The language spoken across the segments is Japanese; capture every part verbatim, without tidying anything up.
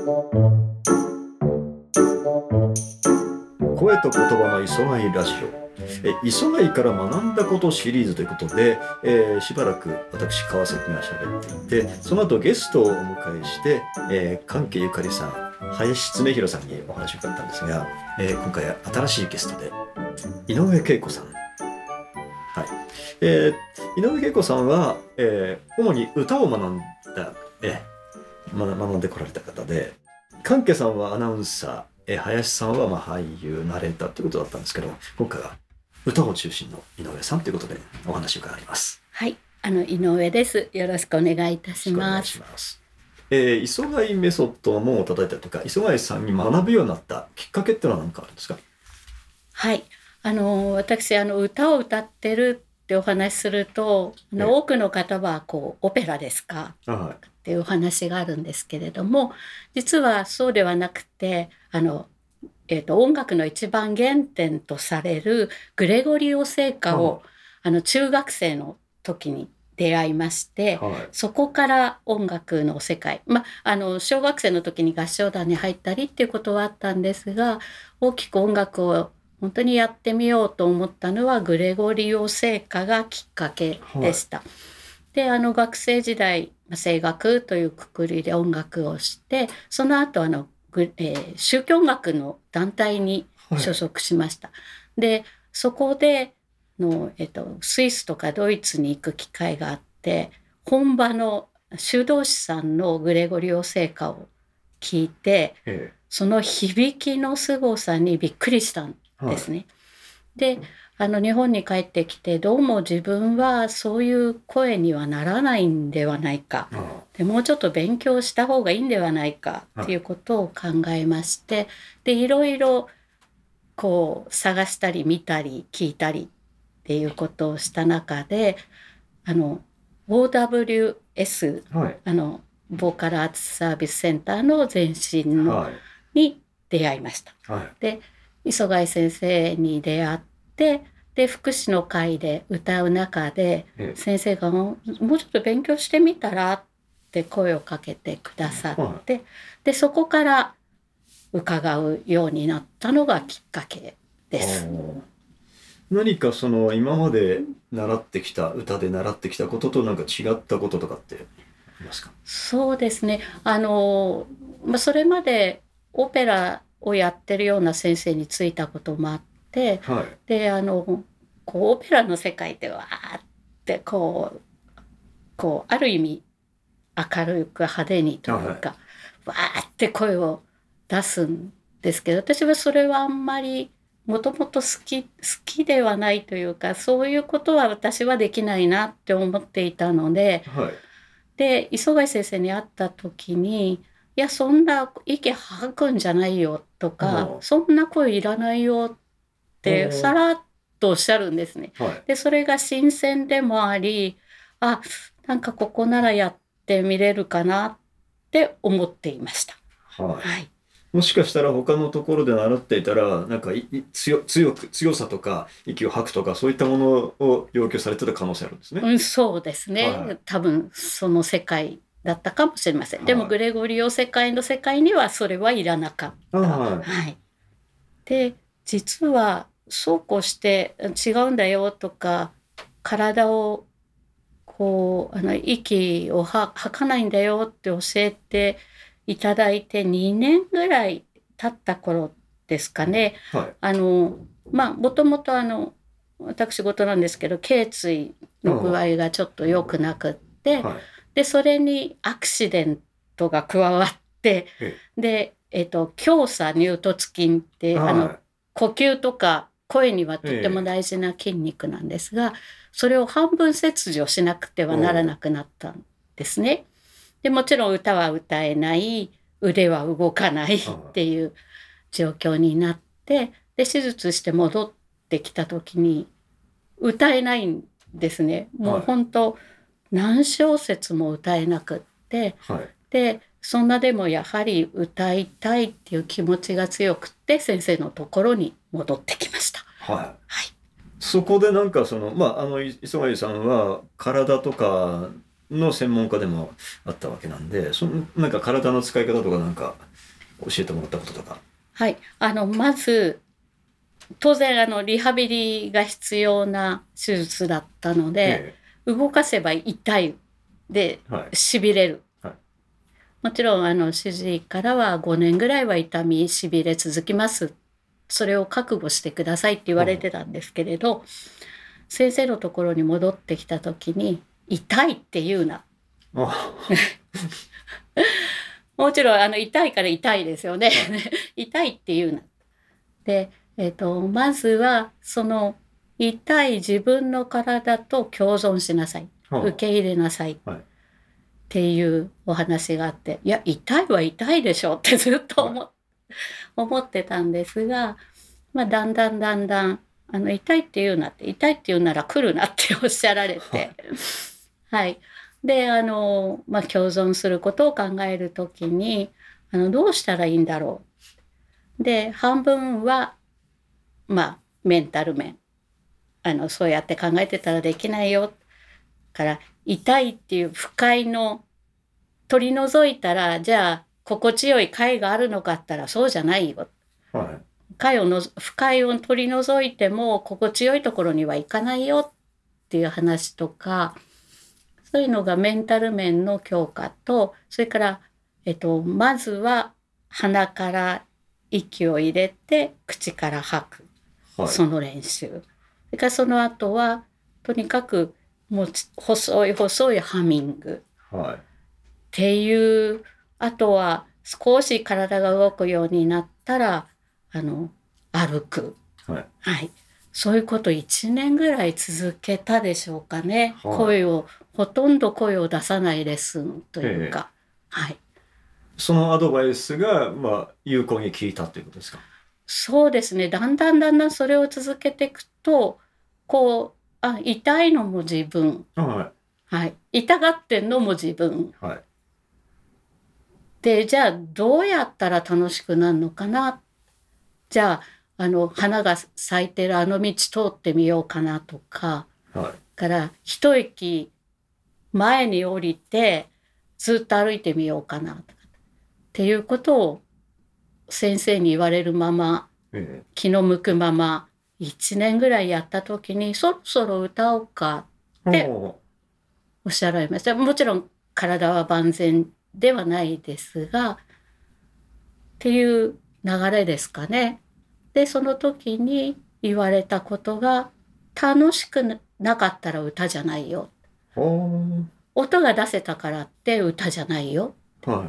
声と言葉の磯貝ラジオ、え磯貝から学んだことシリーズということで、えーしばらく私川崎が喋っていて、その後ゲストをお迎えして、えー、関係ゆかりさん、林恒弘さんにお話を伺ったんですが、えー今回は新しいゲストで井上恵子さん、はい、えー井上恵子さんは、えー主に歌を学んだ、えー学んでこられた方で、関係さんはアナウンサー、えー林さんはまあ俳優ナレーターということだったんですけど、今回は歌を中心の井上さんということでお話を伺います。 はい、あの井上です。よろしくお願いいたしよろしくお願います。 します。えー、磯貝メソッドの門を叩いたりとか、磯貝さんに学ぶようになったきっかけっていうのは何かあるんですか？ はい、あの私あの歌を歌ってるってお話しすると、あええの多くの方はこうオペラですかはっていうお話があるんですけれども、実はそうではなくて、あのえーと音楽の一番原点とされるグレゴリオ聖歌をあの中学生の時に出会いましいて、 はいそこから音楽の世界、まあの小学生の時に合唱団に入ったりっていうことはあったんですが、大きく音楽を本当にやってみようと思ったのはグレゴリオ聖歌がきっかけでした。で、あの学生時代まあ声楽というくくりで音楽をして、その後あのぐ、えー宗教音楽の団体に所属しました。で、そこでの、えっと、スイスとかドイツに行く機会があって、本場の修道士さんのグレゴリオ聖歌を聞いて、 えその響きの凄さにびっくりしたんえはいですね。で、あの日本に帰ってきて、どうも自分はそういう声にはならないんではないか。 あでもうちょっと勉強した方がいいんではないかっていうことを考えまして、でいろいろこう探したり見たり聞いたりっていうことをした中で、あの オーダブリューエス、 あはいあのボーカルアーツサービスセンターの前身のはいに出会いました。 はいで、磯貝先生に出会って、で福祉の会で歌う中で、 ええ先生がもうもうちょっと勉強してみたらって声をかけてくださって、でそこから伺うようになったのがきっかけです。 あー何かその今まで習ってきた歌で習ってきたこととなんか違ったこととかってありますか？ そうですね。あの、まあ、それまでオペラをやってるような先生についたこともあって、 はいで、あの、こうオペラの世界でわーってこう、こうある意味明るく派手にというか、わーって声を出すんですけど、私はそれはあんまりもともと好き、好きではないというか、そういうことは私はできないなって思っていたので、 はいで磯貝先生に会った時に、いやそんな息吐くんじゃないよとか、 うんそんな声いらないよってうんさらっとおっしゃるんですね。 はいでそれが新鮮でもあり、あ、なんかここならやってみれるかなって思っていました。 はいはい。 もしかしたら他のところで習っていたら、なんかいい強強く強さとか息を吐くとかそういったものを要求されてた可能性あるんですね。 うん、そうですね。 はい多分その世界だったかもしれません。 はいでもグレゴリオ世界の世界にはそれはいらなかった。 はいはい。で、実はそうこうして違うんだよとか、体をこうあの息をは吐かないんだよって教えていただいてにねんぐらい経った頃ですかね。 はいあのまあもともとあの私事なんですけど、頸椎の具合がちょっと良くなくって、 はいでそれにアクシデントが加わって、 えで、えっと、胸鎖乳突筋ってあのは呼吸とか声にはとっても大事な筋肉なんですが、それを半分切除しなくてはならなくなったんですね。でもちろん歌は歌えない、腕は動かないっていう状況になって、で手術して戻ってきた時に歌えないんですね。もうはい本当何小節も歌えなくって、 いはいでそんなでもやはり歌いたいっていう気持ちが強くって先生のところに戻ってきました。 はいはい。 そこでなんかそのまああのい磯貝さんは体とかの専門家でもあったわけなんで、そのなんか体の使い方とかなんか教えてもらったこととか。 はい、あのまず当然あのリハビリが必要な手術だったので、ええ、動かせば痛いで、はい、しびれる、はい、もちろんあの主治医からはごねんぐらいは痛みしびれ続きます、それを覚悟してくださいって言われてたんですけれど、はい、先生のところに戻ってきた時に痛いって言うなもちろんあの痛いから痛いですよね痛いって言うなで、えーと、まずはその痛い自分の体と共存しなさい、受け入れなさいっていうお話があって、いや痛いは痛いでしょってずっと 思,、はい、思ってたんですが、まあ、だんだんだんだんあの痛いって言うなって、痛いって言うなら来るなっておっしゃられて、はい、はい、であの、まあ、共存することを考えるときにあのどうしたらいいんだろう、で半分はまあメンタル面、あのそうやって考えてたらできないよから痛いっていう不快の取り除いたらじゃあ心地よい快があるのかったらそうじゃないよ、はい、快をの不快を取り除いても心地よいところにはいかないよっていう話とか、そういうのがメンタル面の強化と、それから、えっと、まずは鼻から息を入れて口から吐く、はい、その練習、それからその後はとにかくもう細い細いハミング、はい、っていう、あとは少し体が動くようになったらあの歩く、はいはい、そういうこといちねんぐらい続けたでしょうかね、はい、声をほとんど声を出さないレッスンというか、えーはい、 そのアドバイスが、まあ、有効に効いたということですか。 そうですね、だんだんだんだんそれを続けていくとこう、あ、痛いのも自分、はいはい、痛がってんのも自分、はい、でじゃあどうやったら楽しくなるのかな、じゃああの花が咲いてるあの道通ってみようかなとか、はい、から一息前に降りてずっと歩いてみようかなっていうことを先生に言われるまま、ええ、気の向くままいちねんぐらいやった時にそろそろ歌おうかっておっしゃられました。もちろん体は万全ではないですがっていう流れですかね。でその時に言われたことが、楽しくなかったら歌じゃないよ、音が出せたからって歌じゃないよ、はい、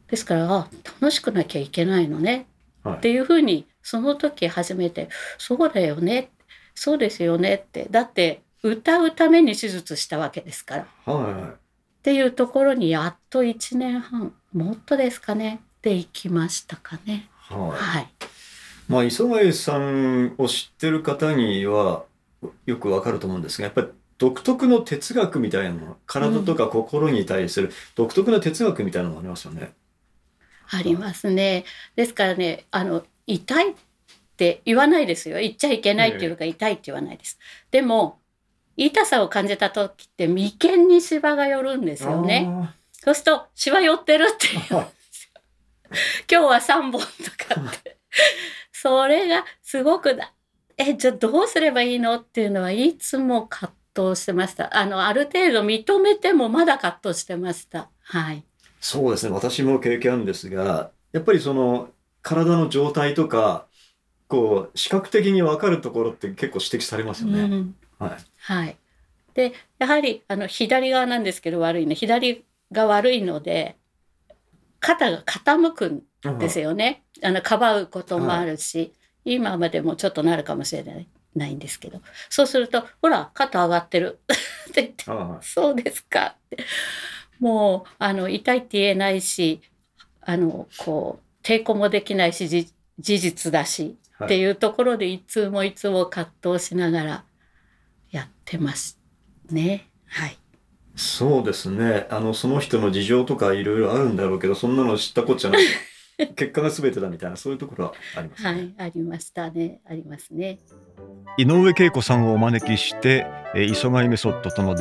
ですからあ楽しくなきゃいけないのね、はい、っていうふうにその時初めて、そうだよね、そうですよねって、だって歌うために手術したわけですから、はい、っていうところにやっといちねんはんもっとですかねで行きましたかね。はい、はい、 まあ、磯貝さんを知ってる方にはよくわかると思うんですが、やっぱり独特の哲学みたいなの、体とか心に対する独特な哲学みたいなのがありますよね。 うん、ありますね。ですからね、あの痛いって言わないですよ。言っちゃいけないっていうか、痛いって言わないです。でも痛さを感じた時って眉間にシワが寄るんですよね。そうするとシワ寄ってるって言うんですよ今日はさんぼんとかってそれがすごくだえじゃあどうすればいいのっていうのはいつも葛藤してました。あのある程度認めてもまだ葛藤してました。はい。 そうですね、私も経験あるんですが、やっぱりその体の状態とかこう視覚的に分かるところって結構指摘されますよね。うん、はい、 はい、でやはりあの左側なんですけど悪いね左が悪いので肩が傾くんですよね。あのかばうこともあるし、はい、今までもちょっとなるかもしれないないんですけど、そうするとほら肩上がってるって言ってそうですかって、もうあの痛いって言えないし、あのこう抵抗もできないし事実だし、はい、っていうところでいつもいつも葛藤しながらやってますね。はい。 そうですね、あのその人の事情とかいろいろあるんだろうけど、そんなの知ったこっちゃない結果が全てだみたいな、そういうところはありますね。 はい、ありましたね。ありますね。 井上恵子さんをお招きして、磯貝メソッドとの出会い、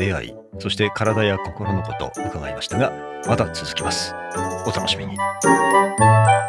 そして体や心のことを伺いましたが、また続きます。お楽しみに。